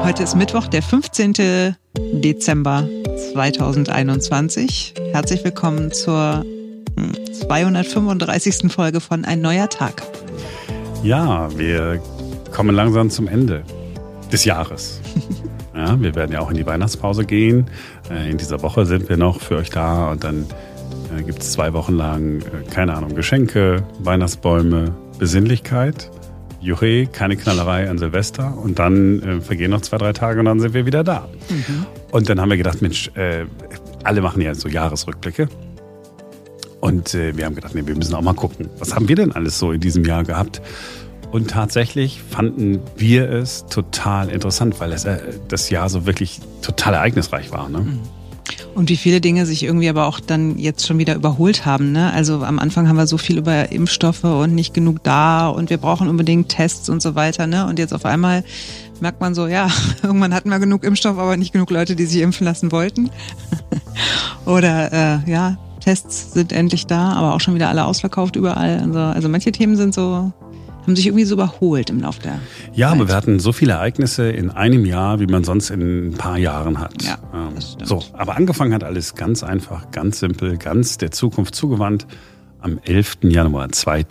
Heute ist Mittwoch, der 15. Dezember 2021. Herzlich willkommen zur 235. Folge von Ein neuer Tag. Ja, wir kommen langsam zum Ende des Jahres. Ja, wir werden ja auch in die Weihnachtspause gehen. In dieser Woche sind wir noch für euch da und dann gibt es 2 Wochen lang, keine Ahnung, Geschenke, Weihnachtsbäume, Besinnlichkeit. Juche, keine Knallerei an Silvester und dann vergehen noch 2-3 Tage und dann sind wir wieder da. Mhm. Und dann haben wir gedacht, Mensch, alle machen ja so Jahresrückblicke. Und wir haben gedacht, nee, wir müssen auch mal gucken, was haben wir denn alles so in diesem Jahr gehabt? Und tatsächlich fanden wir es total interessant, weil das Jahr so wirklich total ereignisreich war. Ne? Und wie viele Dinge sich irgendwie aber auch dann jetzt schon wieder überholt haben. Ne? Also am Anfang haben wir so viel über Impfstoffe und nicht genug da und wir brauchen unbedingt Tests und so weiter. Ne? Und jetzt auf einmal merkt man so, ja, irgendwann hatten wir genug Impfstoff, aber nicht genug Leute, die sich impfen lassen wollten. Oder Tests sind endlich da, aber auch schon wieder alle ausverkauft überall. Also manche Themen haben sich irgendwie so überholt im Laufe der Ja, Zeit. Aber wir hatten so viele Ereignisse in einem Jahr, wie man sonst in ein paar Jahren hat. Ja, das stimmt. So, aber angefangen hat alles ganz einfach, ganz simpel, ganz der Zukunft zugewandt am 11. Januar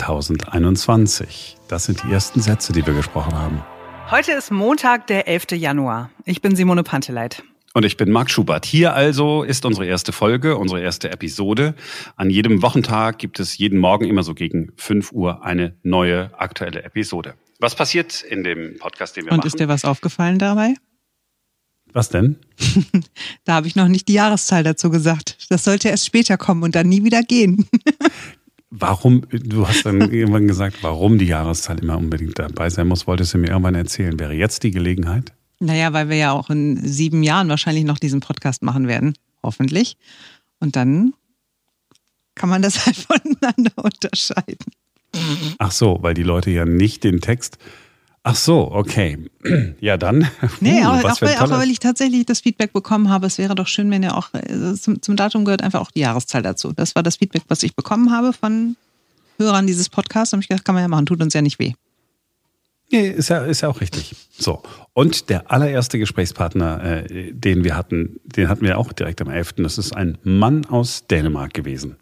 2021. Das sind die ersten Sätze, die wir gesprochen haben. Heute ist Montag, der 11. Januar. Ich bin Simone Panteleit. Und ich bin Marc Schubert. Hier also ist unsere erste Folge, unsere erste Episode. An jedem Wochentag gibt es jeden Morgen immer so gegen 5 Uhr eine neue aktuelle Episode. Was passiert in dem Podcast, den wir machen? Und ist dir was aufgefallen dabei? Was denn? Da habe ich noch nicht die Jahreszahl dazu gesagt. Das sollte erst später kommen und dann nie wieder gehen. Warum, du hast dann irgendwann gesagt, warum die Jahreszahl immer unbedingt dabei sein muss, wolltest du mir irgendwann erzählen. Wäre jetzt die Gelegenheit? Naja, weil wir ja auch in 7 Jahren wahrscheinlich noch diesen Podcast machen werden. Hoffentlich. Und dann kann man das halt voneinander unterscheiden. Ach so, weil die Leute ja nicht den Text... Ach so, okay. Ja, dann. Nee, auch weil ich tatsächlich das Feedback bekommen habe, es wäre doch schön, wenn ihr auch, zum Datum gehört einfach auch die Jahreszahl dazu. Das war das Feedback, was ich bekommen habe von Hörern dieses Podcasts. Da habe ich gedacht, kann man ja machen, tut uns ja nicht weh. Nee, ist ja auch richtig. So. Und der allererste Gesprächspartner, den wir hatten, den hatten wir auch direkt am 11. Das ist ein Mann aus Dänemark gewesen.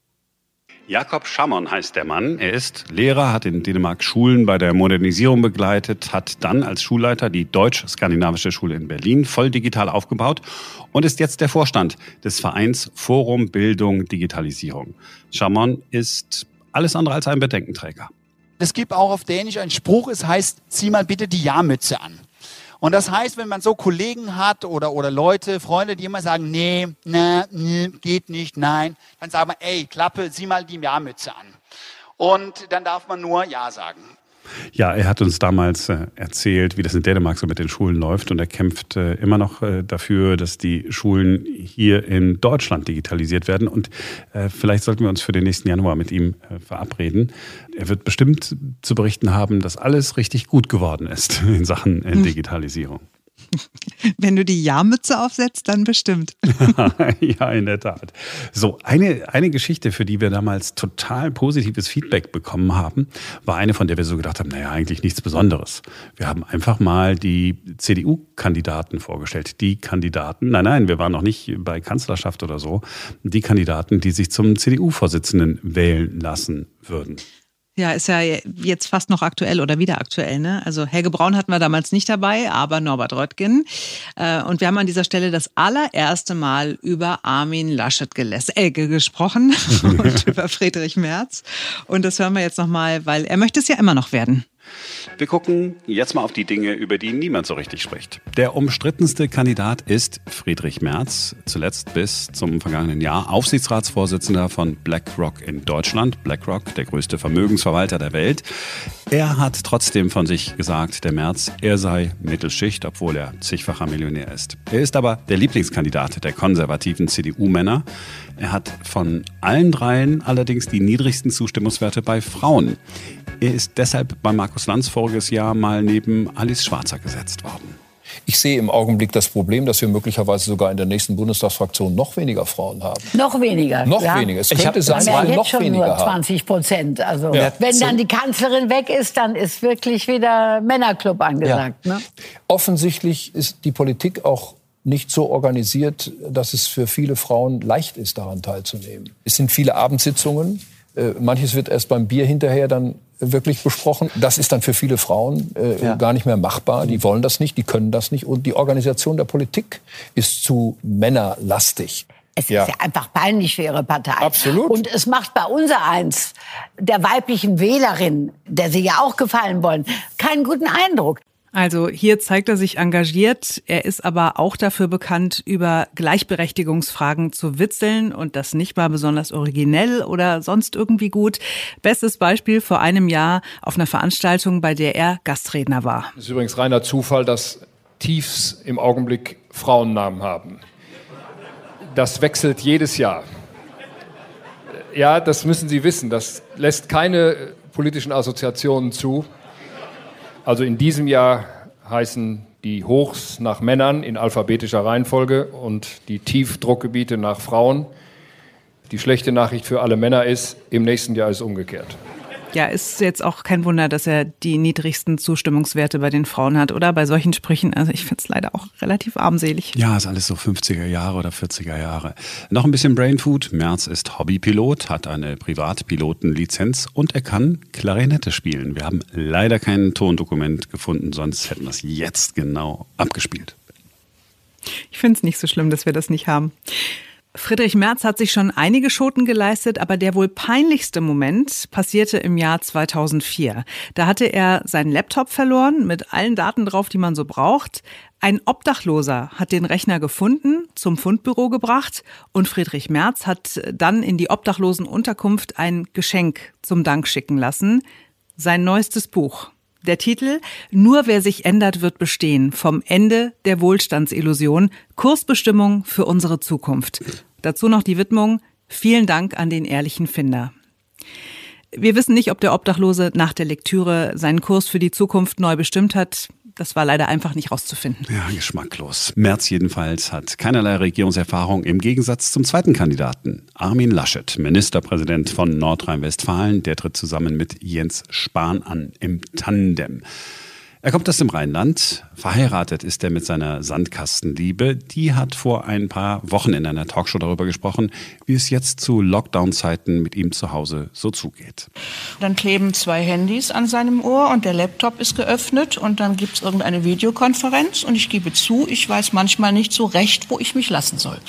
Jakob Schamon heißt der Mann. Er ist Lehrer, hat in Dänemark Schulen bei der Modernisierung begleitet, hat dann als Schulleiter die Deutsch-Skandinavische Schule in Berlin voll digital aufgebaut und ist jetzt der Vorstand des Vereins Forum Bildung Digitalisierung. Schamon ist alles andere als ein Bedenkenträger. Es gibt auch auf Dänisch einen Spruch, es heißt, zieh mal bitte die Ja-Mütze an. Und das heißt, wenn man so Kollegen hat oder Leute, Freunde, die immer sagen, nee, geht nicht, nein, dann sagt man, ey, Klappe, zieh mal die Ja-Mütze an. Und dann darf man nur Ja sagen. Ja, er hat uns damals erzählt, wie das in Dänemark so mit den Schulen läuft und er kämpft immer noch dafür, dass die Schulen hier in Deutschland digitalisiert werden und vielleicht sollten wir uns für den nächsten Januar mit ihm verabreden. Er wird bestimmt zu berichten haben, dass alles richtig gut geworden ist in Sachen Digitalisierung. Wenn du die Ja-Mütze aufsetzt, dann bestimmt. Ja, in der Tat. So, eine Geschichte, für die wir damals total positives Feedback bekommen haben, war eine, von der wir so gedacht haben, naja, eigentlich nichts Besonderes. Wir haben einfach mal die CDU-Kandidaten vorgestellt. Die Kandidaten, nein, wir waren noch nicht bei Kanzlerschaft oder so, die Kandidaten, die sich zum CDU-Vorsitzenden wählen lassen würden. Ja, ist ja jetzt fast noch aktuell oder wieder aktuell, ne? Also Helge Braun hatten wir damals nicht dabei, aber Norbert Röttgen. Und wir haben an dieser Stelle das allererste Mal über Armin Laschet gesprochen und über Friedrich Merz. Und das hören wir jetzt nochmal, weil er möchte es ja immer noch werden. Wir gucken jetzt mal auf die Dinge, über die niemand so richtig spricht. Der umstrittenste Kandidat ist Friedrich Merz, zuletzt bis zum vergangenen Jahr Aufsichtsratsvorsitzender von BlackRock in Deutschland. BlackRock, der größte Vermögensverwalter der Welt. Er hat trotzdem von sich gesagt, der Merz, er sei Mittelschicht, obwohl er zigfacher Millionär ist. Er ist aber der Lieblingskandidat der konservativen CDU-Männer. Er hat von allen dreien allerdings die niedrigsten Zustimmungswerte bei Frauen. Er ist deshalb bei Markus Lanz voriges Jahr mal neben Alice Schwarzer gesetzt worden. Ich sehe im Augenblick das Problem, dass wir möglicherweise sogar in der nächsten Bundestagsfraktion noch weniger Frauen haben. Noch weniger? Noch weniger. Es könnte sein, dass wir noch weniger haben. 20%. Also wenn dann die Kanzlerin weg ist, dann ist wirklich wieder Männerclub angesagt. Ja. Ne? Offensichtlich ist die Politik auch nicht so organisiert, dass es für viele Frauen leicht ist, daran teilzunehmen. Es sind viele Abendsitzungen. Manches wird erst beim Bier hinterher dann wirklich besprochen. Das ist dann für viele Frauen gar nicht mehr machbar. Die wollen das nicht, die können das nicht. Und die Organisation der Politik ist zu männerlastig. Es ist ja einfach peinlich für Ihre Partei. Absolut. Und es macht bei unsereins, der weiblichen Wählerin, der Sie ja auch gefallen wollen, keinen guten Eindruck. Also hier zeigt er sich engagiert. Er ist aber auch dafür bekannt, über Gleichberechtigungsfragen zu witzeln und das nicht mal besonders originell oder sonst irgendwie gut. Bestes Beispiel vor einem Jahr auf einer Veranstaltung, bei der er Gastredner war. Es ist übrigens reiner Zufall, dass Tiefs im Augenblick Frauennamen haben. Das wechselt jedes Jahr. Ja, das müssen Sie wissen. Das lässt keine politischen Assoziationen zu. Also in diesem Jahr heißen die Hochs nach Männern in alphabetischer Reihenfolge und die Tiefdruckgebiete nach Frauen. Die schlechte Nachricht für alle Männer ist, im nächsten Jahr ist es umgekehrt. Ja, ist jetzt auch kein Wunder, dass er die niedrigsten Zustimmungswerte bei den Frauen hat, oder? Bei solchen Sprüchen, also ich finde es leider auch relativ armselig. Ja, ist alles so 50er Jahre oder 40er Jahre. Noch ein bisschen Brainfood. Merz ist Hobbypilot, hat eine Privatpilotenlizenz und er kann Klarinette spielen. Wir haben leider kein Tondokument gefunden, sonst hätten wir es jetzt genau abgespielt. Ich finde es nicht so schlimm, dass wir das nicht haben. Friedrich Merz hat sich schon einige Schoten geleistet, aber der wohl peinlichste Moment passierte im Jahr 2004. Da hatte er seinen Laptop verloren mit allen Daten drauf, die man so braucht. Ein Obdachloser hat den Rechner gefunden, zum Fundbüro gebracht und Friedrich Merz hat dann in die Obdachlosenunterkunft ein Geschenk zum Dank schicken lassen. Sein neuestes Buch. Der Titel: Nur wer sich ändert, wird bestehen. Vom Ende der Wohlstandsillusion. Kursbestimmung für unsere Zukunft. Dazu noch die Widmung: Vielen Dank an den ehrlichen Finder. Wir wissen nicht, ob der Obdachlose nach der Lektüre seinen Kurs für die Zukunft neu bestimmt hat. Das war leider einfach nicht rauszufinden. Ja, geschmacklos. Merz jedenfalls hat keinerlei Regierungserfahrung im Gegensatz zum zweiten Kandidaten. Armin Laschet, Ministerpräsident von Nordrhein-Westfalen, der tritt zusammen mit Jens Spahn an im Tandem. Er kommt aus dem Rheinland, verheiratet ist er mit seiner Sandkastenliebe. Die hat vor ein paar Wochen in einer Talkshow darüber gesprochen, wie es jetzt zu Lockdown-Zeiten mit ihm zu Hause so zugeht. Dann kleben 2 Handys an seinem Ohr und der Laptop ist geöffnet und dann gibt es irgendeine Videokonferenz und ich gebe zu, ich weiß manchmal nicht so recht, wo ich mich lassen soll.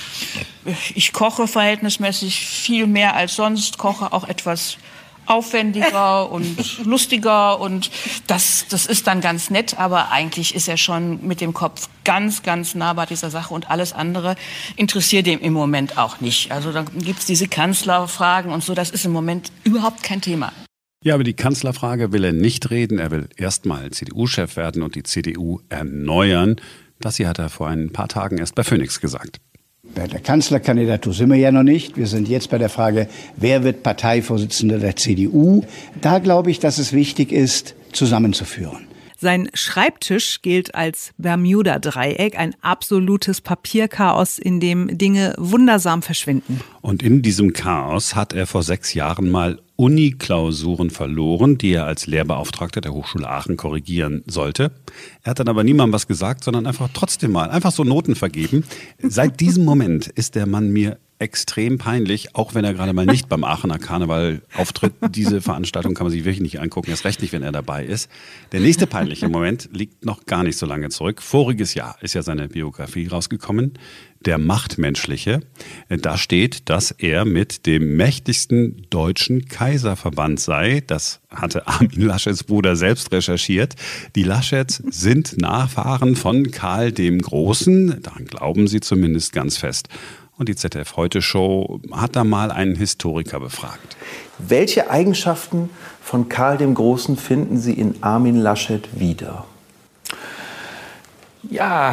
Ich koche verhältnismäßig viel mehr als sonst, koche auch etwas aufwendiger und lustiger und das ist dann ganz nett, aber eigentlich ist er schon mit dem Kopf ganz, ganz nah bei dieser Sache und alles andere interessiert ihn im Moment auch nicht. Also dann gibt's diese Kanzlerfragen und so, das ist im Moment überhaupt kein Thema. Ja, über die Kanzlerfrage will er nicht reden. Er will erstmal CDU-Chef werden und die CDU erneuern. Das hier hat er vor ein paar Tagen erst bei Phoenix gesagt. Bei der Kanzlerkandidatur sind wir ja noch nicht. Wir sind jetzt bei der Frage, wer wird Parteivorsitzender der CDU? Da glaube ich, dass es wichtig ist, zusammenzuführen. Sein Schreibtisch gilt als Bermuda-Dreieck, ein absolutes Papierchaos, in dem Dinge wundersam verschwinden. Und in diesem Chaos hat er vor 6 Jahren mal Uni-Klausuren verloren, die er als Lehrbeauftragter der Hochschule Aachen korrigieren sollte. Er hat dann aber niemandem was gesagt, sondern einfach trotzdem mal, einfach so Noten vergeben. Seit diesem Moment ist der Mann mir extrem peinlich, auch wenn er gerade mal nicht beim Aachener Karneval auftritt. Diese Veranstaltung kann man sich wirklich nicht angucken, erst recht nicht, wenn er dabei ist. Der nächste peinliche Moment liegt noch gar nicht so lange zurück. Voriges Jahr ist ja seine Biografie rausgekommen, Der Machtmenschliche. Da steht, dass er mit dem mächtigsten deutschen Kaiserverband sei. Das hatte Armin Laschets Bruder selbst recherchiert. Die Laschets sind Nachfahren von Karl dem Großen. Daran glauben sie zumindest ganz fest. Und die ZDF-Heute-Show hat da mal einen Historiker befragt. Welche Eigenschaften von Karl dem Großen finden Sie in Armin Laschet wieder? Ja,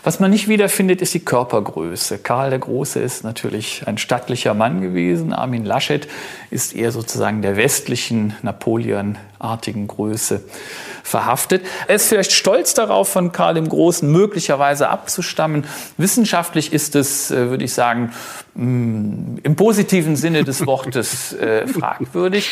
Was man nicht wiederfindet, ist die Körpergröße. Karl der Große ist natürlich ein stattlicher Mann gewesen. Armin Laschet ist eher sozusagen der westlichen, Napoleon-artigen Größe verhaftet. Er ist vielleicht stolz darauf, von Karl dem Großen möglicherweise abzustammen. Wissenschaftlich ist es, würde ich sagen, im positiven Sinne des Wortes fragwürdig.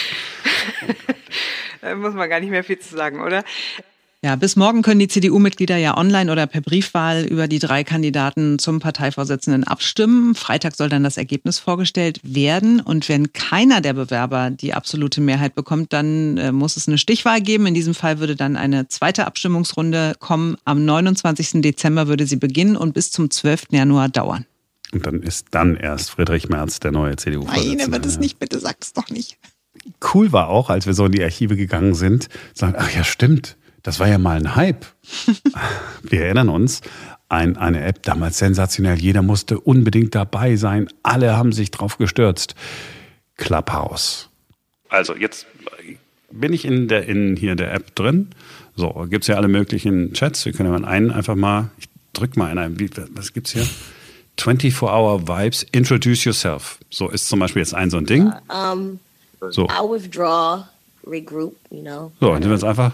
Da muss man gar nicht mehr viel zu sagen, oder? Ja, bis morgen können die CDU-Mitglieder ja online oder per Briefwahl über die 3 Kandidaten zum Parteivorsitzenden abstimmen. Freitag soll dann das Ergebnis vorgestellt werden. Und wenn keiner der Bewerber die absolute Mehrheit bekommt, dann muss es eine Stichwahl geben. In diesem Fall würde dann eine zweite Abstimmungsrunde kommen. Am 29. Dezember würde sie beginnen und bis zum 12. Januar dauern. Und dann ist dann erst Friedrich Merz der neue CDU-Vorsitzende. Nein, wird es nicht, bitte sag es doch nicht. Cool war auch, als wir so in die Archive gegangen sind, sagen, ach ja, stimmt. Das war ja mal ein Hype. Wir erinnern uns, eine App, damals sensationell. Jeder musste unbedingt dabei sein. Alle haben sich drauf gestürzt. Clubhouse. Also jetzt bin ich in der App drin. So, gibt's ja alle möglichen Chats. Wir können ja mal einfach mal, ich drück mal in einen, was gibt's hier? 24-Hour Vibes, Introduce Yourself. So ist zum Beispiel jetzt so ein Ding. So. I'll withdraw, regroup, you know. So, dann sind wir jetzt einfach...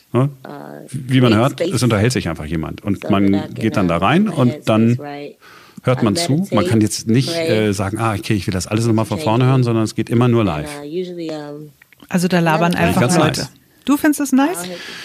Wie man hört, es unterhält sich einfach jemand. Und man geht dann da rein und dann hört man zu. Man kann jetzt nicht sagen, okay, ich will das alles nochmal von vorne hören, sondern es geht immer nur live. Also da labern einfach Leute. Nice. Du findest es nice?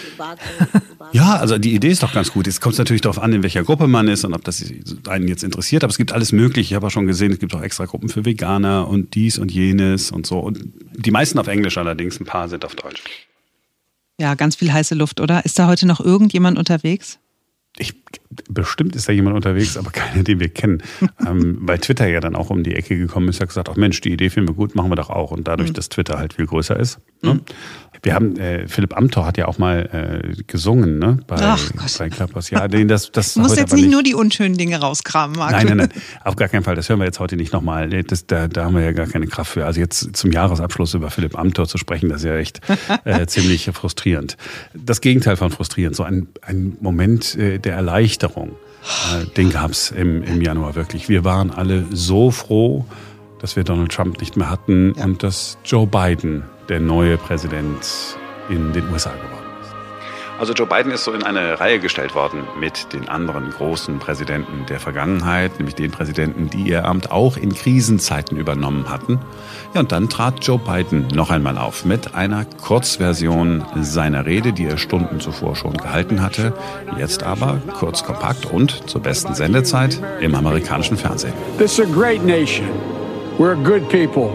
Ja, also die Idee ist doch ganz gut. Jetzt kommt es natürlich darauf an, in welcher Gruppe man ist und ob das einen jetzt interessiert. Aber es gibt alles Mögliche. Ich habe auch schon gesehen, es gibt auch extra Gruppen für Veganer und dies und jenes und so. Und die meisten auf Englisch allerdings, ein paar sind auf Deutsch. Ja, ganz viel heiße Luft, oder? Ist da heute noch irgendjemand unterwegs? Bestimmt ist da jemand unterwegs, aber keiner, den wir kennen. Weil Twitter ja dann auch um die Ecke gekommen ist, hat gesagt, ach Mensch, die Idee finden wir gut, machen wir doch auch. Und dadurch, dass Twitter halt viel größer ist. Ne? Wir haben, Philipp Amthor hat ja auch mal gesungen, ne? Bei Clubhouse. Ja, das du musst jetzt nicht nur die unschönen Dinge rauskramen, Marc. Nein, auf gar keinen Fall. Das hören wir jetzt heute nicht nochmal. Da haben wir ja gar keine Kraft für. Also jetzt zum Jahresabschluss über Philipp Amthor zu sprechen, das ist ja echt ziemlich frustrierend. Das Gegenteil von frustrierend. So ein Moment der Erleichterung. Den gab es im Januar wirklich. Wir waren alle so froh, dass wir Donald Trump nicht mehr hatten und dass Joe Biden der neue Präsident in den USA geworden ist. Also Joe Biden ist so in eine Reihe gestellt worden mit den anderen großen Präsidenten der Vergangenheit, nämlich den Präsidenten, die ihr Amt auch in Krisenzeiten übernommen hatten. Ja, und dann trat Joe Biden noch einmal auf mit einer Kurzversion seiner Rede, die er Stunden zuvor schon gehalten hatte. Jetzt aber kurz, kompakt und zur besten Sendezeit im amerikanischen Fernsehen. This is a great nation. We're good people.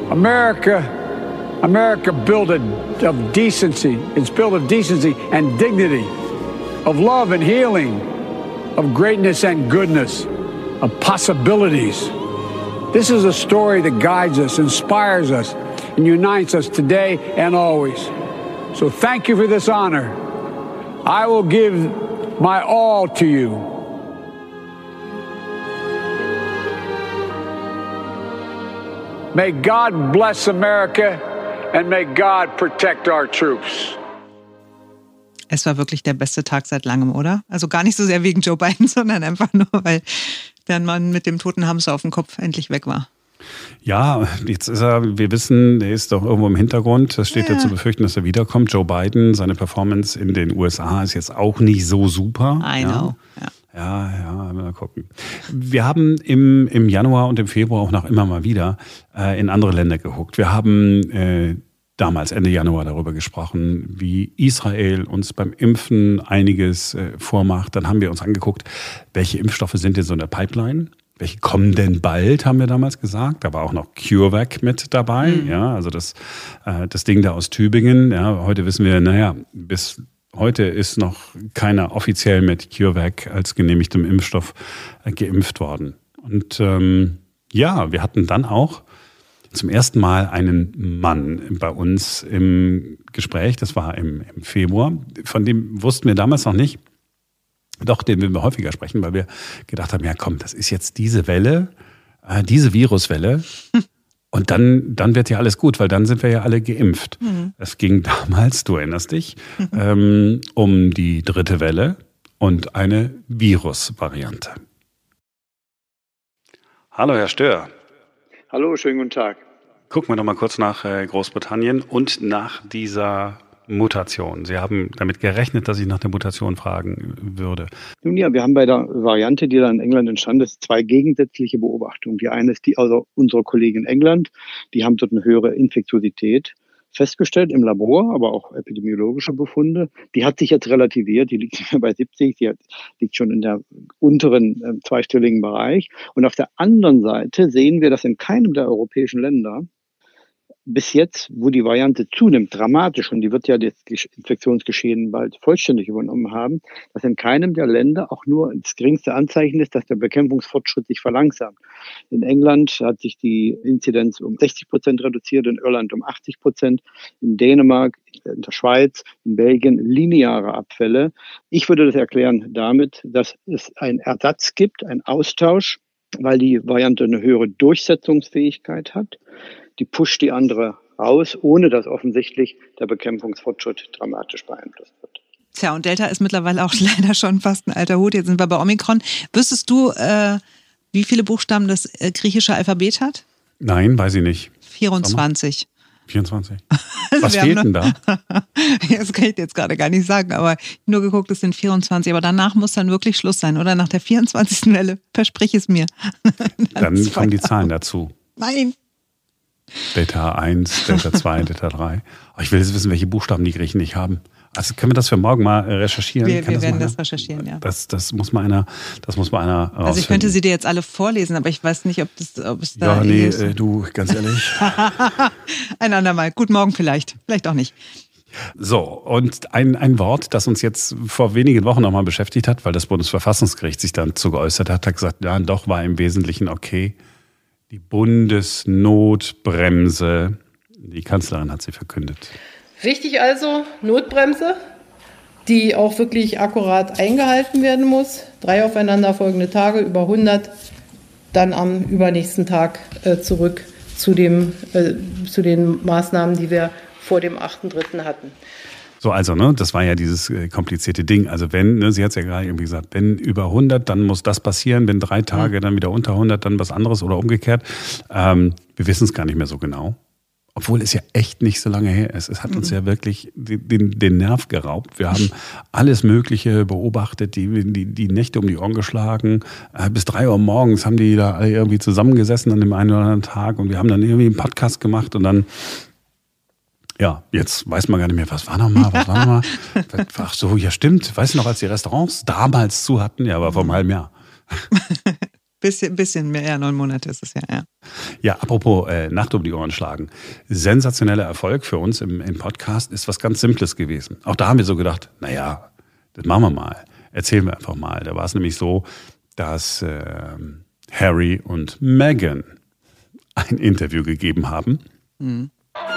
America built of decency. It's built of decency and dignity, of love and healing, of greatness and goodness, of possibilities. This is a story that guides us, inspires us, and unites us today and always. So thank you for this honor. I will give my all to you. May God bless America. And may God protect our troops. Es war wirklich der beste Tag seit langem, oder? Also gar nicht so sehr wegen Joe Biden, sondern einfach nur, weil der Mann mit dem toten Hamster auf dem Kopf endlich weg war. Ja, jetzt ist wir wissen, der ist doch irgendwo im Hintergrund. Es steht ja zu befürchten, dass er wiederkommt. Joe Biden, seine Performance in den USA ist jetzt auch nicht so super. I know, Ja, mal gucken. Wir haben im Januar und im Februar auch noch immer mal wieder in andere Länder geguckt. Wir haben damals Ende Januar darüber gesprochen, wie Israel uns beim Impfen einiges vormacht. Dann haben wir uns angeguckt, welche Impfstoffe sind denn so in der Pipeline? Welche kommen denn bald, haben wir damals gesagt. Da war auch noch CureVac mit dabei. Ja, also das Ding da aus Tübingen. Ja, heute wissen wir, bis heute ist noch keiner offiziell mit CureVac als genehmigtem Impfstoff geimpft worden. Und wir hatten dann auch zum ersten Mal einen Mann bei uns im Gespräch. Das war im Februar. Von dem wussten wir damals noch nicht. Doch, den will wir häufiger sprechen, weil wir gedacht haben, ja komm, das ist jetzt diese Welle, diese Viruswelle. Und dann wird ja alles gut, weil dann sind wir ja alle geimpft. Es ging damals, du erinnerst dich, um die dritte Welle. und eine Virusvariante. Hallo, Herr Stör. Hallo, schönen guten Tag. Gucken wir noch mal kurz nach Großbritannien und nach dieser Mutation. Sie haben damit gerechnet, dass ich nach der Mutation fragen würde. Nun ja, wir haben bei der Variante, die da in England entstanden ist, zwei gegensätzliche Beobachtungen. Die eine ist die unserer Kollegen in England, die haben dort eine höhere Infektiosität festgestellt im Labor, aber auch epidemiologische Befunde. Die hat sich jetzt relativiert, die liegt nicht mehr bei 70, die liegt schon in der unteren zweistelligen Bereich. Und auf der anderen Seite sehen wir, dass in keinem der europäischen Länder bis jetzt, wo die Variante zunimmt, dramatisch, und die wird ja das Infektionsgeschehen bald vollständig übernommen haben, dass in keinem der Länder auch nur das geringste Anzeichen ist, dass der Bekämpfungsfortschritt sich verlangsamt. In England hat sich die Inzidenz um 60% reduziert, in Irland um 80%, in Dänemark, in der Schweiz, in Belgien lineare Abfälle. Ich würde das erklären damit, dass es einen Ersatz gibt, einen Austausch, weil die Variante eine höhere Durchsetzungsfähigkeit hat. Die pusht die andere raus, ohne dass offensichtlich der Bekämpfungsfortschritt dramatisch beeinflusst wird. Tja, und Delta ist mittlerweile auch leider schon fast ein alter Hut. Jetzt sind wir bei Omikron. Wüsstest du, wie viele Buchstaben das griechische Alphabet hat? Nein, weiß ich nicht. 24. 24? Was fehlt denn da? Das kann ich jetzt gerade gar nicht sagen, aber nur geguckt, es sind 24. Aber danach muss dann wirklich Schluss sein, oder? Nach der 24. Welle, versprich es mir. Dann kommen die Zahlen dazu. Nein. Delta 1, Delta 2, Delta 3. Oh, ich will jetzt wissen, welche Buchstaben die Griechen nicht haben. Also können wir das für morgen mal recherchieren? Wir werden das recherchieren, ja. Das muss mal einer rausfinden. Also ich könnte sie dir jetzt alle vorlesen, aber ich weiß nicht, ob es da... Ja, nee, du, ganz ehrlich. Ein andermal. Guten Morgen vielleicht auch nicht. So, und ein Wort, das uns jetzt vor wenigen Wochen nochmal beschäftigt hat, weil das Bundesverfassungsgericht sich dazu geäußert hat gesagt, ja, doch war im Wesentlichen okay. Die Bundesnotbremse, die Kanzlerin hat sie verkündet. Wichtig also, Notbremse, die auch wirklich akkurat eingehalten werden muss. 3 aufeinanderfolgende Tage, über 100, dann am übernächsten Tag zurück zu den Maßnahmen, die wir vor dem 8.3. hatten. So, also, das war ja dieses komplizierte Ding. Also wenn, sie hat es ja gerade irgendwie gesagt, wenn über 100, dann muss das passieren. Wenn 3 Tage, dann wieder unter 100, dann was anderes oder umgekehrt. Wir wissen es gar nicht mehr so genau. Obwohl es ja echt nicht so lange her ist. Es hat uns ja wirklich den Nerv geraubt. Wir haben alles Mögliche beobachtet, die Nächte um die Ohren geschlagen. Bis 3 Uhr morgens haben die da alle irgendwie zusammengesessen an dem einen oder anderen Tag. Und wir haben dann irgendwie einen Podcast gemacht und dann... Ja, jetzt weiß man gar nicht mehr, was war nochmal? Ach so, ja stimmt. Weißt du noch, als die Restaurants damals zu hatten? Ja, aber vor einem halben Jahr. Bisschen mehr, ja, 9 Monate ist es ja. Ja, apropos Nacht um die Ohren schlagen. Sensationeller Erfolg für uns im Podcast ist was ganz Simples gewesen. Auch da haben wir so gedacht, naja, das machen wir mal. Erzählen wir einfach mal. Da war es nämlich so, dass Harry und Meghan ein Interview gegeben haben. Mhm.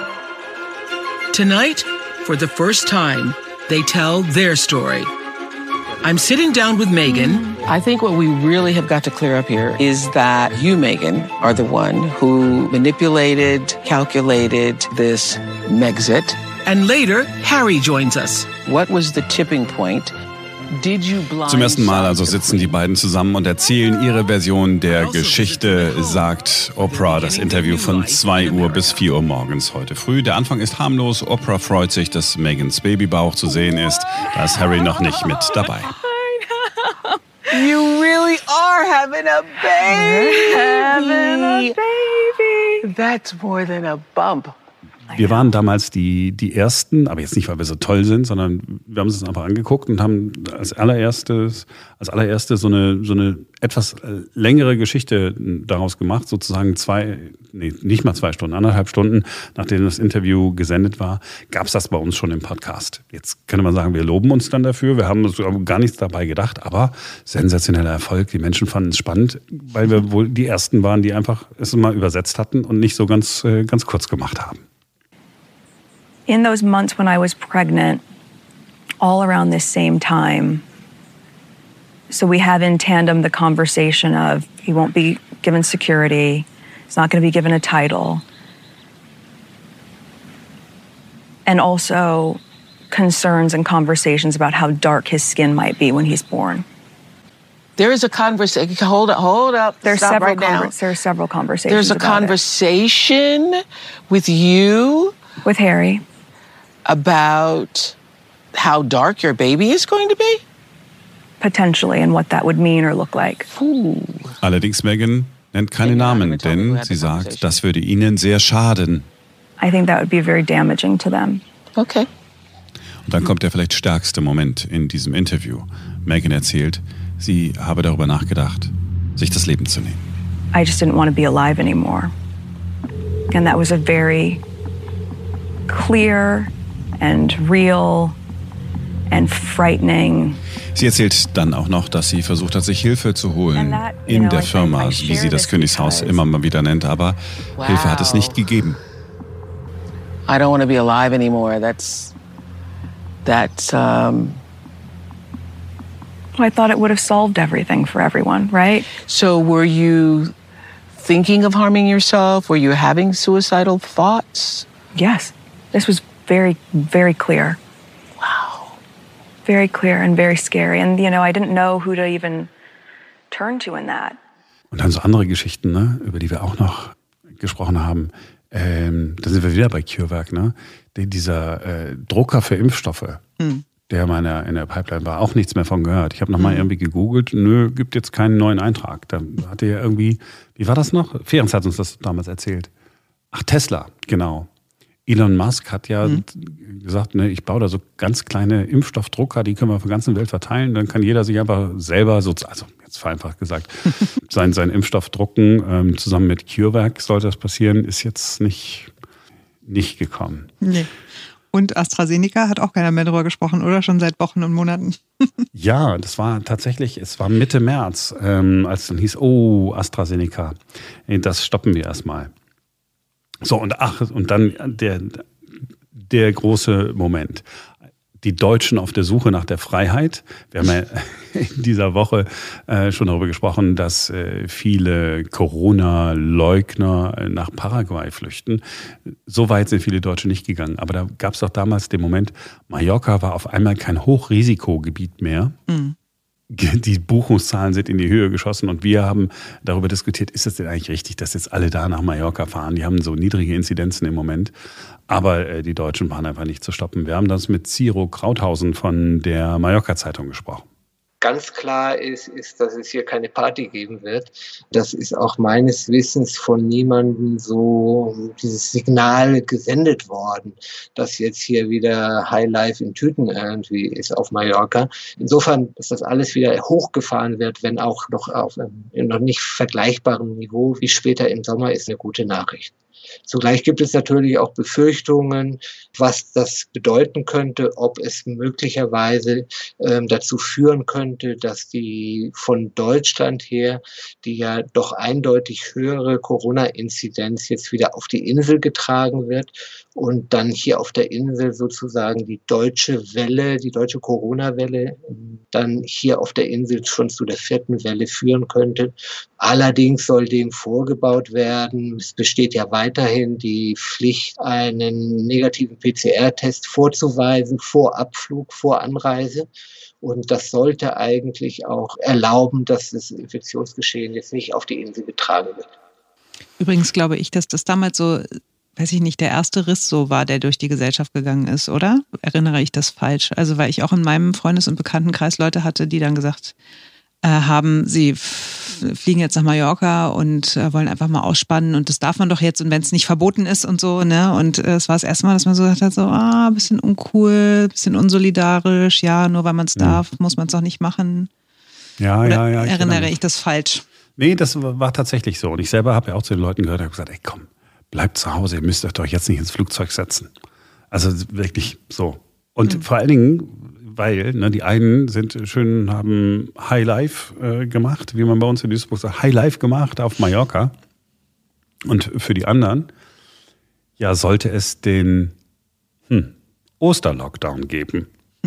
Tonight, for the first time, they tell their story. I'm sitting down with Meghan. I think what we really have got to clear up here is that you, Meghan, are the one who manipulated, calculated this Megxit. And later, Harry joins us. What was the tipping point? Zum ersten Mal also sitzen die beiden zusammen und erzählen ihre Version der Geschichte, sagt Oprah. Das Interview von 2 Uhr bis 4 Uhr morgens heute früh. Der Anfang ist harmlos. Oprah freut sich, dass Meghans Babybauch zu sehen ist. Da ist Harry noch nicht mit dabei. You really are having a baby. Having a baby. That's more than a bump. Wir waren damals die Ersten, aber jetzt nicht, weil wir so toll sind, sondern wir haben uns das einfach angeguckt und haben als allererstes so eine etwas längere Geschichte daraus gemacht, sozusagen nicht mal 2 Stunden, 1,5 Stunden, nachdem das Interview gesendet war, gab es das bei uns schon im Podcast. Jetzt könnte man sagen, wir loben uns dann dafür, wir haben uns gar nichts dabei gedacht, aber sensationeller Erfolg, die Menschen fanden es spannend, weil wir wohl die Ersten waren, die einfach es mal übersetzt hatten und nicht so ganz kurz gemacht haben. In those months when I was pregnant, all around this same time, so we have in tandem the conversation of he won't be given security, he's not going to be given a title. And also concerns and conversations about how dark his skin might be when he's born. There is a conversation. Hold up. There's Stop several right now. There's several conversations. There's a about conversation with you, with Harry, about how dark your baby is going to be. Potentially, and what that would mean or look like. Allerdings Meghan nennt keine Namen, denn sie sagt, das würde ihnen sehr schaden. I think that would be very damaging to them. Okay. Und dann kommt der vielleicht stärkste Moment in diesem Interview. Meghan erzählt, sie habe darüber nachgedacht, sich das Leben zu nehmen. I just didn't want to be alive anymore. And that was a very clear and real and frightening. Sie erzählt dann auch noch, dass sie versucht hat, sich Hilfe zu holen in der Firma, wie sie das Königshaus immer mal wieder nennt, aber Hilfe hat es nicht gegeben. I don't want to be alive anymore. That's I thought it would have solved everything for everyone, right? So were you thinking of harming yourself? Were you having suicidal thoughts? Yes. This was very, very clear. Wow. Very clear and very scary. And, I didn't know who to even turn to in that. Und dann so andere Geschichten, ne, über die wir auch noch gesprochen haben. Da sind wir wieder bei CureVac, ne? Dieser Drucker für Impfstoffe, der mal in der Pipeline war, auch nichts mehr von gehört. Ich habe nochmal irgendwie gegoogelt, gibt jetzt keinen neuen Eintrag. Da hatte ja irgendwie, wie war das noch? Ferenc hat uns das damals erzählt. Ach, Tesla, genau. Elon Musk hat ja gesagt, ne, ich baue da so ganz kleine Impfstoffdrucker, die können wir auf der ganzen Welt verteilen. Dann kann jeder sich einfach selber, also jetzt vereinfacht gesagt, sein Impfstoff drucken. Zusammen mit CureVac sollte das passieren, ist jetzt nicht gekommen. Nee. Und AstraZeneca hat auch keiner mehr drüber gesprochen, oder? Schon seit Wochen und Monaten. Ja, es war Mitte März, als dann hieß, AstraZeneca, das stoppen wir erstmal. So, und dann der große Moment. Die Deutschen auf der Suche nach der Freiheit. Wir haben ja in dieser Woche schon darüber gesprochen, dass viele Corona-Leugner nach Paraguay flüchten. So weit sind viele Deutsche nicht gegangen. Aber da gab es doch damals den Moment, Mallorca war auf einmal kein Hochrisikogebiet mehr. Mhm. Die Buchungszahlen sind in die Höhe geschossen und wir haben darüber diskutiert, ist es denn eigentlich richtig, dass jetzt alle da nach Mallorca fahren? Die haben so niedrige Inzidenzen im Moment, aber die Deutschen waren einfach nicht zu stoppen. Wir haben das mit Ciro Krauthausen von der Mallorca-Zeitung gesprochen. Ganz klar ist, dass es hier keine Party geben wird. Das ist auch meines Wissens von niemandem so dieses Signal gesendet worden, dass jetzt hier wieder Highlife in Tüten irgendwie ist auf Mallorca. Insofern, dass das alles wieder hochgefahren wird, wenn auch noch auf einem noch nicht vergleichbaren Niveau wie später im Sommer, ist eine gute Nachricht. Zugleich gibt es natürlich auch Befürchtungen, was das bedeuten könnte, ob es möglicherweise dazu führen könnte, dass die von Deutschland her, die ja doch eindeutig höhere Corona-Inzidenz jetzt wieder auf die Insel getragen wird und dann hier auf der Insel sozusagen die deutsche Welle, die deutsche Corona-Welle dann hier auf der Insel schon zu der 4. Welle führen könnte. Allerdings soll dem vorgebaut werden. Es besteht ja weiterhin die Pflicht, einen negativen PCR-Test vorzuweisen vor Abflug, vor Anreise. Und das sollte eigentlich auch erlauben, dass das Infektionsgeschehen jetzt nicht auf die Insel getragen wird. Übrigens glaube ich, dass das damals so, weiß ich nicht, der erste Riss so war, der durch die Gesellschaft gegangen ist, oder? Erinnere ich das falsch? Also weil ich auch in meinem Freundes- und Bekanntenkreis Leute hatte, die dann gesagt haben, sie fliegen jetzt nach Mallorca und wollen einfach mal ausspannen und das darf man doch jetzt und wenn es nicht verboten ist und so, ne? Und es war das erste Mal, dass man so gesagt hat, so, ein bisschen uncool, bisschen unsolidarisch, ja, nur weil man es darf, muss man es doch nicht machen. Ja. Erinnere ich das falsch? Nee, das war tatsächlich so. Und ich selber habe ja auch zu den Leuten gehört, habe gesagt, ey komm, bleibt zu Hause, ihr müsst euch doch jetzt nicht ins Flugzeug setzen. Also wirklich so. Und vor allen Dingen, weil die einen haben High Life gemacht, wie man bei uns in Duisburg sagt, High Life gemacht auf Mallorca. Und für die anderen, ja, sollte es den Osterlockdown geben.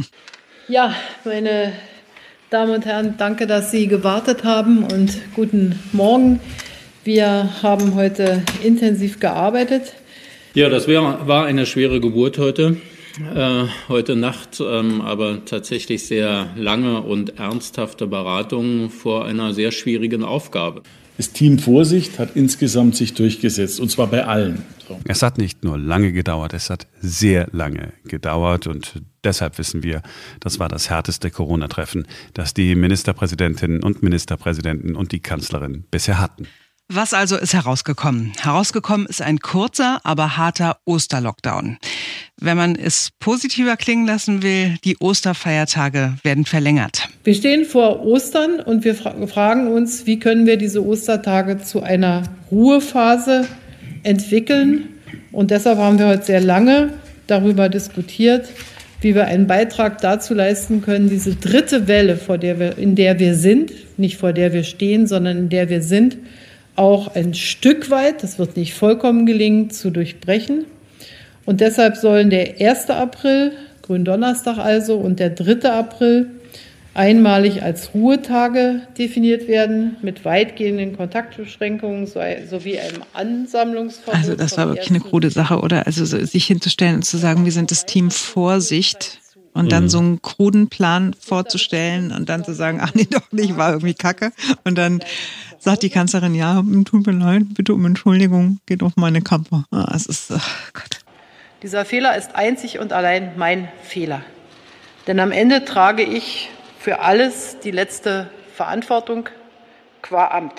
Ja, meine Damen und Herren, danke, dass Sie gewartet haben und guten Morgen. Wir haben heute intensiv gearbeitet. Ja, das war eine schwere Geburt heute. Heute Nacht aber tatsächlich sehr lange und ernsthafte Beratungen vor einer sehr schwierigen Aufgabe. Das Team Vorsicht hat insgesamt sich durchgesetzt, und zwar bei allen. So. Es hat nicht nur lange gedauert, es hat sehr lange gedauert und deshalb wissen wir, das war das härteste Corona-Treffen, das die Ministerpräsidentinnen und Ministerpräsidenten und die Kanzlerin bisher hatten. Was also ist herausgekommen? Herausgekommen ist ein kurzer, aber harter Osterlockdown. Wenn man es positiver klingen lassen will, die Osterfeiertage werden verlängert. Wir stehen vor Ostern und wir fragen uns, wie können wir diese Ostertage zu einer Ruhephase entwickeln. Und deshalb haben wir heute sehr lange darüber diskutiert, wie wir einen Beitrag dazu leisten können, diese dritte Welle, in der wir sind, nicht vor der wir stehen, sondern in der wir sind, auch ein Stück weit, das wird nicht vollkommen gelingen, zu durchbrechen. Und deshalb sollen der 1. April, Gründonnerstag also, und der 3. April einmalig als Ruhetage definiert werden, mit weitgehenden Kontaktbeschränkungen sowie einem Ansammlungsverbot. Also das war wirklich eine krude Sache, oder? Also sich hinzustellen und zu sagen, wir sind das Team Vorsicht und dann so einen kruden Plan vorzustellen und dann zu sagen, ach nee, doch nicht, war irgendwie kacke. Und dann sagt die Kanzlerin, ja, tut mir leid, bitte um Entschuldigung, geht auf meine Kappe. Es ist, Gott. Dieser Fehler ist einzig und allein mein Fehler. Denn am Ende trage ich für alles die letzte Verantwortung qua Amt.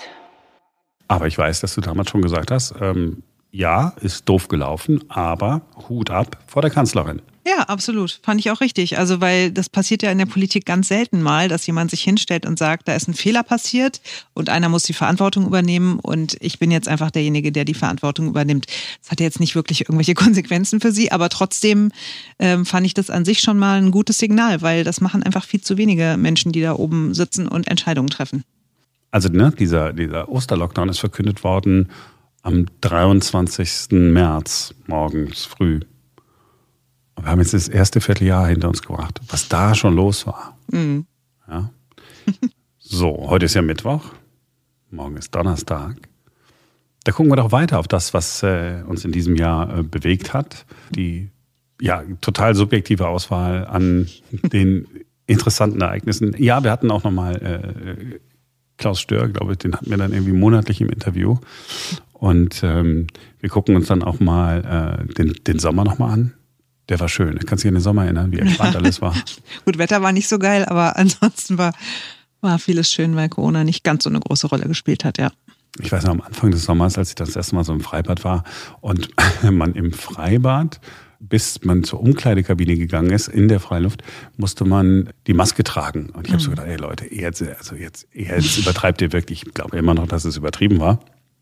Aber ich weiß, dass du damals schon gesagt hast, ja, ist doof gelaufen, aber Hut ab vor der Kanzlerin. Ja, absolut. Fand ich auch richtig. Also, weil das passiert ja in der Politik ganz selten mal, dass jemand sich hinstellt und sagt, da ist ein Fehler passiert und einer muss die Verantwortung übernehmen und ich bin jetzt einfach derjenige, der die Verantwortung übernimmt. Das hat jetzt nicht wirklich irgendwelche Konsequenzen für sie, aber trotzdem fand ich das an sich schon mal ein gutes Signal, weil das machen einfach viel zu wenige Menschen, die da oben sitzen und Entscheidungen treffen. Also dieser Osterlockdown ist verkündet worden am 23. März morgens früh. Wir haben jetzt das erste Vierteljahr hinter uns gebracht, was da schon los war. Mhm. Ja. So, heute ist ja Mittwoch, morgen ist Donnerstag. Da gucken wir doch weiter auf das, was uns in diesem Jahr bewegt hat. Die total subjektive Auswahl an den interessanten Ereignissen. Ja, wir hatten auch nochmal Klaus Stör, glaube ich, den hatten wir dann irgendwie monatlich im Interview. Und wir gucken uns dann auch mal den Sommer nochmal an. Der war schön. Kannst du dich an den Sommer erinnern, wie entspannt alles war? Gut, Wetter war nicht so geil, aber ansonsten war vieles schön, weil Corona nicht ganz so eine große Rolle gespielt hat, ja. Ich weiß noch, am Anfang des Sommers, als ich das erste Mal so im Freibad war und man im Freibad, bis man zur Umkleidekabine gegangen ist, in der Freiluft, musste man die Maske tragen. Und ich habe so gedacht, ey Leute, jetzt übertreibt ihr wirklich. Ich glaube immer noch, dass es übertrieben war.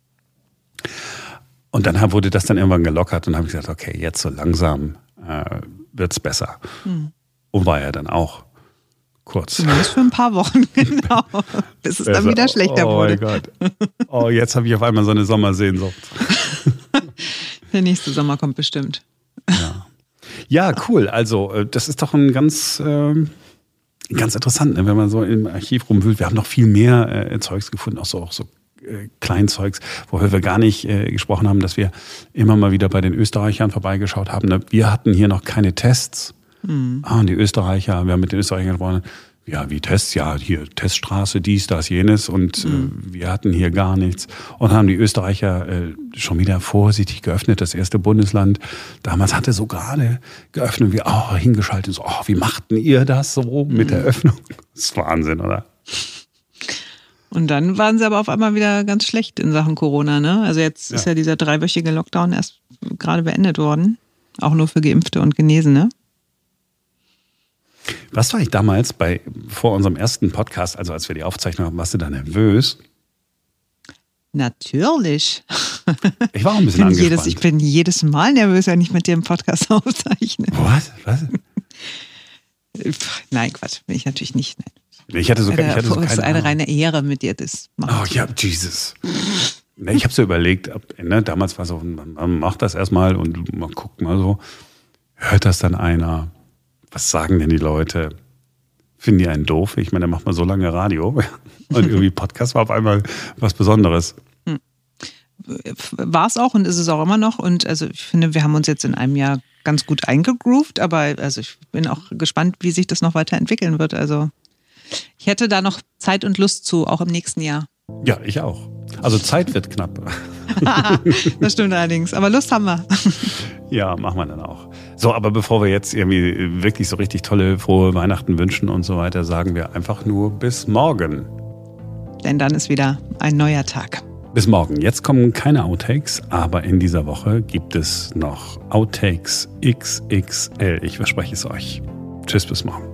Und dann wurde das dann irgendwann gelockert und habe ich gesagt, okay, jetzt so langsam wird's besser. Und war ja dann auch kurz. Zumindest für ein paar Wochen, genau. Bis es dann wieder schlechter wurde. Oh mein Gott. Oh, jetzt habe ich auf einmal so eine Sommersehnsucht. Der nächste Sommer kommt bestimmt. Ja, cool. Also das ist doch ein ganz interessant, ne? Wenn man so im Archiv rumwühlt. Wir haben noch viel mehr Zeugs gefunden, auch so Kleinzeugs, worüber wir gar nicht gesprochen haben, dass wir immer mal wieder bei den Österreichern vorbeigeschaut haben. Ne? Wir hatten hier noch keine Tests. Und die Österreicher, wir haben mit den Österreichern gesprochen, ja, wie Tests? Ja, hier Teststraße, dies, das, jenes. Und wir hatten hier gar nichts. Und haben die Österreicher schon wieder vorsichtig geöffnet, das erste Bundesland. Damals hatte so gerade geöffnet, wir hingeschaltet, so, wie machten ihr das so mit der Öffnung? Das ist Wahnsinn, oder? Und dann waren sie aber auf einmal wieder ganz schlecht in Sachen Corona, ne? Also jetzt ist ja dieser 3-wöchige Lockdown erst gerade beendet worden. Auch nur für Geimpfte und Genesene. Was war ich damals vor unserem ersten Podcast, also als wir die Aufzeichnung haben, warst du da nervös? Natürlich. Ich war auch ein bisschen angespannt. Ich bin jedes Mal nervös, wenn ich mit dir einen Podcast aufzeichne. Was? Nein, Quatsch, bin ich natürlich nicht. Nein. Ich hatte so keine Ahnung. Es ist eine reine Ehre, mit dir das machen. Oh ja, Jesus. Ich habe so überlegt, damals war so, man macht das erstmal und man guckt mal so, hört das dann einer? Was sagen denn die Leute? Finden die einen doof? Ich meine, da macht man so lange Radio und irgendwie Podcast war auf einmal was Besonderes. War es auch und ist es auch immer noch. Und also ich finde, wir haben uns jetzt in einem Jahr ganz gut eingegroovt, aber also ich bin auch gespannt, wie sich das noch weiterentwickeln wird. Also ich hätte da noch Zeit und Lust zu, auch im nächsten Jahr. Ja, ich auch. Also Zeit wird knapp. Das stimmt allerdings, aber Lust haben wir. Ja, machen wir dann auch. So, aber bevor wir jetzt irgendwie wirklich so richtig tolle, frohe Weihnachten wünschen und so weiter, sagen wir einfach nur bis morgen. Denn dann ist wieder ein neuer Tag. Bis morgen. Jetzt kommen keine Outtakes, aber in dieser Woche gibt es noch Outtakes XXL. Ich verspreche es euch. Tschüss, bis morgen.